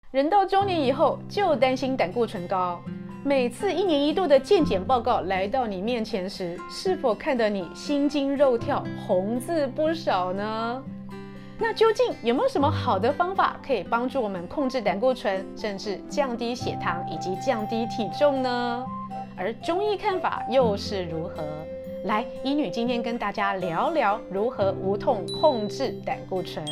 人到中年以后就担心胆固醇高，每次1年1度的健检报告来到你面前时，是否看得你心惊肉跳、红字不少呢？那究竟有没有什么好的方法可以帮助我们控制胆固醇，甚至降低血糖以及降低体重呢？而中医看法又是如何？来，医女今天跟大家聊聊如何无痛控制胆固醇。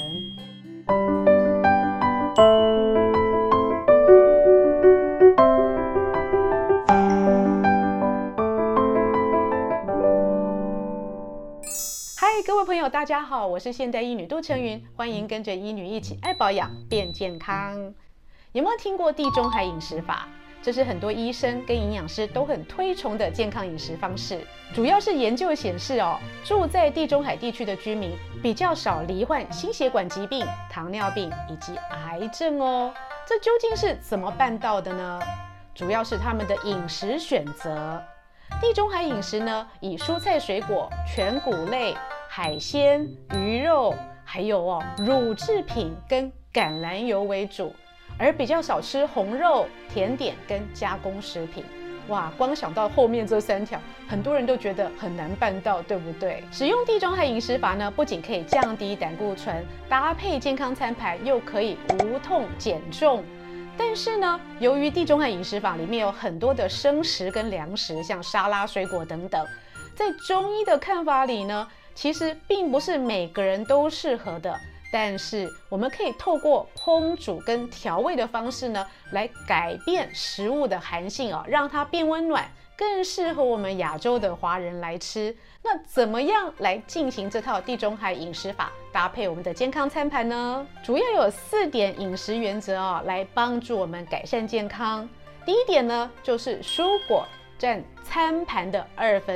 各位朋友大家好，我是现代医女杜成云，欢迎跟着医女一起爱保养变健康。有没有听过地中海饮食法？这是很多医生跟营养师都很推崇的健康饮食方式。主要是研究显示住在地中海地区的居民比较少罹患心血管疾病、糖尿病以及癌症哦。这究竟是怎么办到的呢？主要是他们的饮食选择。地中海饮食呢，以蔬菜水果、全谷类、海鲜、鱼肉，还有乳制品跟橄榄油为主，而比较少吃红肉、甜点跟加工食品。哇，光想到后面这3条，很多人都觉得很难办到，对不对？使用地中海饮食法呢，不仅可以降低胆固醇，搭配健康餐盘又可以无痛减重。但是呢，由于地中海饮食法里面有很多的生食跟凉食，像沙拉、水果等等，在中医的看法里呢，其实并不是每个人都适合的。但是我们可以透过烹煮跟调味的方式呢，来改变食物的寒性让它变温暖，更适合我们亚洲的华人来吃。那怎么样来进行这套地中海饮食法，搭配我们的健康餐盘呢？主要有4点饮食原则来帮助我们改善健康。第一点呢，就是蔬果占餐盘的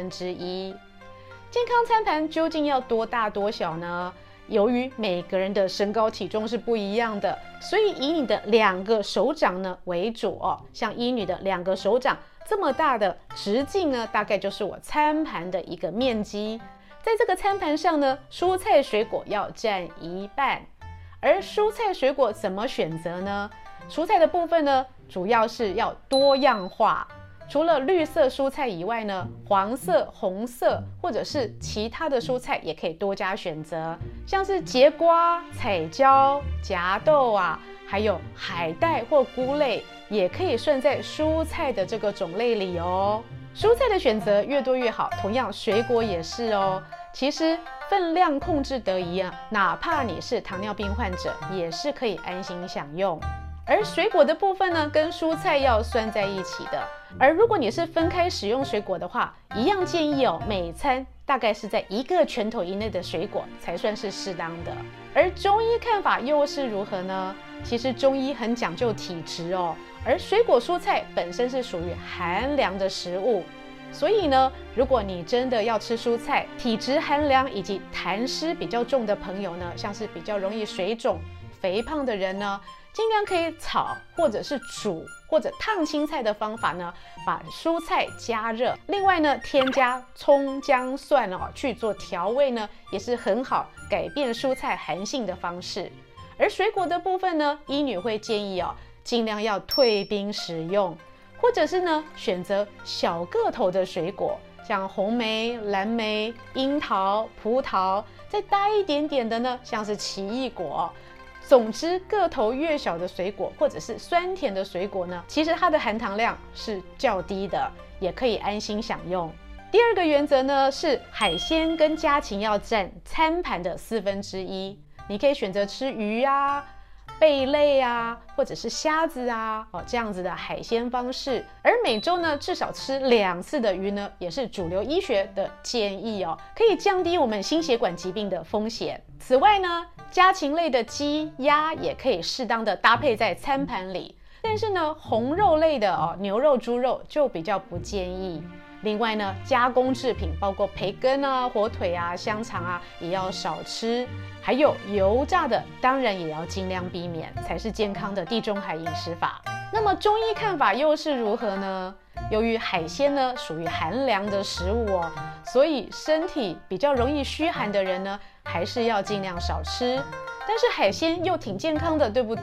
1/2。健康餐盘究竟要多大多小呢？由于每个人的身高体重是不一样的，所以以你的2个手掌呢为主像医女的2个手掌这么大的直径呢，大概就是我餐盘的一个面积。在这个餐盘上呢，蔬菜水果要占1半。而蔬菜水果怎么选择呢？蔬菜的部分呢，主要是要多样化。除了绿色蔬菜以外呢，黄色、红色或者是其他的蔬菜也可以多加选择，像是节瓜、彩椒、夹豆还有海带或菇类，也可以算在蔬菜的这个种类里哦。蔬菜的选择越多越好，同样水果也是哦。其实分量控制得宜哪怕你是糖尿病患者，也是可以安心享用。而水果的部分呢，跟蔬菜要算在一起的。而如果你是分开使用水果的话，一样建议每餐大概是在1个拳头以内的水果才算是适当的。而中医看法又是如何呢？其实中医很讲究体质而水果蔬菜本身是属于寒凉的食物，所以呢，如果你真的要吃蔬菜，体质寒凉以及痰湿比较重的朋友呢，像是比较容易水肿、肥胖的人呢，尽量可以炒或者是煮或者烫青菜的方法呢，把蔬菜加热。另外呢，添加葱姜蒜去做调味呢，也是很好改变蔬菜寒性的方式。而水果的部分呢，医女会建议尽量要退冰食用，或者是呢选择小个头的水果，像红莓、蓝莓、樱桃、葡萄，再大一点点的呢，像是奇异果。总之，个头越小的水果或者是酸甜的水果呢，其实它的含糖量是较低的，也可以安心享用。第2个原则呢，是海鲜跟家禽要占餐盘的1/4。你可以选择吃鱼贝类或者是虾子这样子的海鲜方式。而每周呢至少吃2次的鱼呢，也是主流医学的建议可以降低我们心血管疾病的风险。此外呢，家禽类的鸡、鸭也可以适当的搭配在餐盘里，但是呢，红肉类的牛肉、猪肉就比较不建议。另外呢，加工制品包括培根火腿香肠也要少吃，还有油炸的当然也要尽量避免，才是健康的地中海饮食法。那么中医看法又是如何呢？由于海鲜呢属于寒凉的食物所以身体比较容易虚寒的人呢，还是要尽量少吃。但是海鲜又挺健康的，对不对？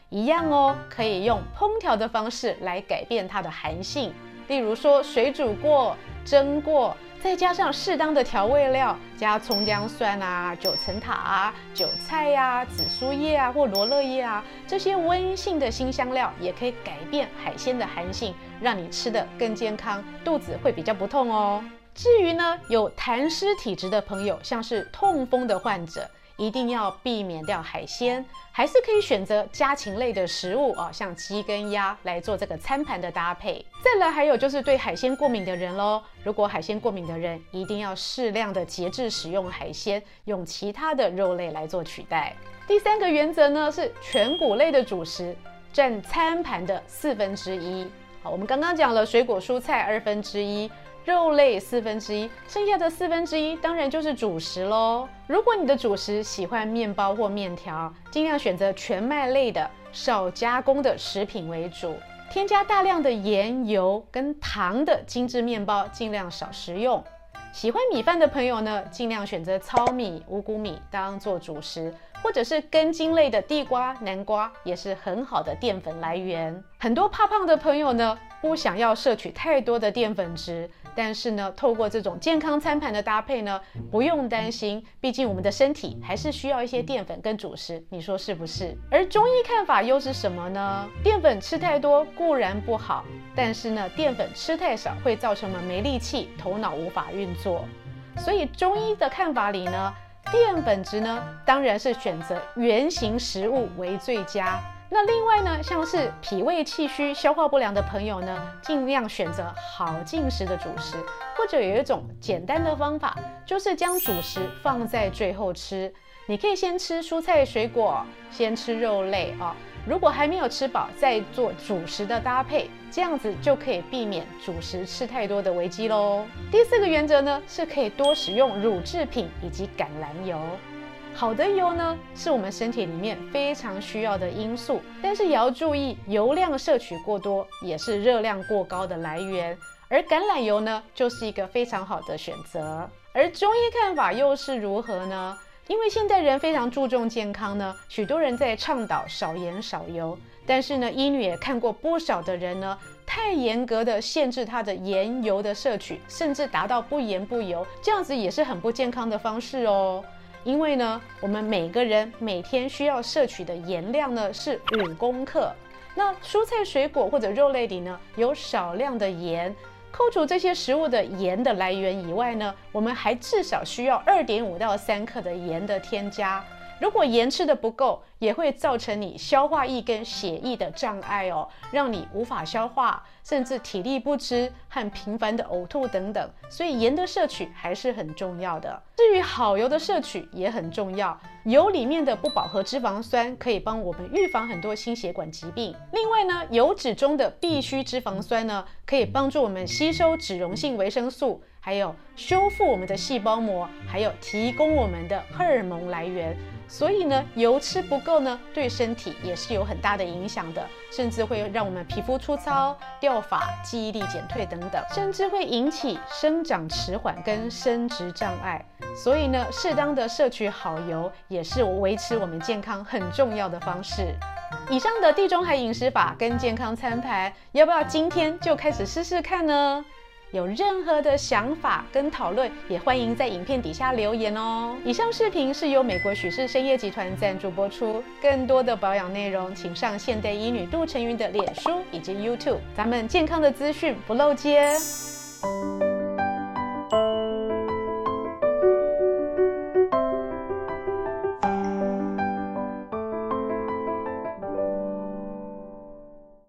一样哦，可以用烹调的方式来改变它的寒性，例如说水煮过、蒸过，再加上适当的调味料，加葱姜蒜啊、九层塔啊、韭菜呀、紫苏叶啊或罗勒叶啊，这些温性的辛香料也可以改变海鲜的寒性，让你吃得更健康，肚子会比较不痛哦。至于呢，有痰湿体质的朋友，像是痛风的患者，一定要避免掉海鲜，还是可以选择家禽类的食物哦，像鸡跟鸭来做这个餐盘的搭配。再来还有就是对海鲜过敏的人咯，如果海鲜过敏的人，一定要适量的节制使用海鲜，用其他的肉类来做取代。第3个原则呢，是全谷类的主食占餐盘的1/4。好，我们刚刚讲了水果蔬菜1/2。肉类1/4，剩下的1/4当然就是主食咯。如果你的主食喜欢面包或面条，尽量选择全麦类的、少加工的食品为主。添加大量的盐、油跟糖的精致面包尽量少食用。喜欢米饭的朋友呢，尽量选择糙米、五谷米当做主食，或者是根茎类的地瓜、南瓜也是很好的淀粉来源。很多怕胖的朋友呢，不想要摄取太多的淀粉质，但是呢，透过这种健康餐盘的搭配呢，不用担心，毕竟我们的身体还是需要一些淀粉跟主食，你说是不是？而中医看法又是什么呢？淀粉吃太多固然不好，但是呢，淀粉吃太少会造成我们没力气，头脑无法运作。所以中医的看法里呢，淀粉质呢，当然是选择原型食物为最佳。那另外呢，像是脾胃气虚、消化不良的朋友呢，尽量选择好进食的主食，或者有一种简单的方法，就是将主食放在最后吃。你可以先吃蔬菜水果，先吃肉类啊。如果还没有吃饱，再做主食的搭配，这样子就可以避免主食吃太多的危机咯。第4个原则呢，是可以多使用乳制品以及橄榄油。好的油呢，是我们身体里面非常需要的因素，但是也要注意油量摄取过多也是热量过高的来源，而橄榄油呢，就是一个非常好的选择。而中医看法又是如何呢？因为现代人非常注重健康呢，许多人在倡导少盐少油，但是呢，医女也看过不少的人呢，太严格的限制他的盐油的摄取，甚至达到不盐不油，这样子也是很不健康的方式哦。因为呢，我们每个人每天需要摄取的盐量呢是5公克，那蔬菜水果或者肉类里呢有少量的盐。扣除这些食物的盐的来源以外呢，我们还至少需要2.5到3克的盐的添加。如果盐吃的不够，也会造成你消化液跟血液的障碍哦，让你无法消化，甚至体力不支和频繁的呕吐等等。所以盐的摄取还是很重要的。至于好油的摄取也很重要，油里面的不饱和脂肪酸可以帮我们预防很多心血管疾病。另外呢，油脂中的必需脂肪酸呢，可以帮助我们吸收脂溶性维生素，还有修复我们的细胞膜，还有提供我们的荷尔蒙来源。所以呢，油吃不够呢，对身体也是有很大的影响的，甚至会让我们皮肤粗糙、掉发、记忆力减退等等，甚至会引起生长迟缓跟生殖障碍。所以呢，适当的摄取好油也是维持我们健康很重要的方式。以上的地中海饮食法跟健康餐盘，要不要今天就开始试试看呢？有任何的想法跟讨论，也欢迎在影片底下留言哦。以上视频是由美国许氏参业集团赞助播出，更多的保养内容，请上现代医女杜成云的脸书以及 YouTube，咱们健康的资讯不漏接。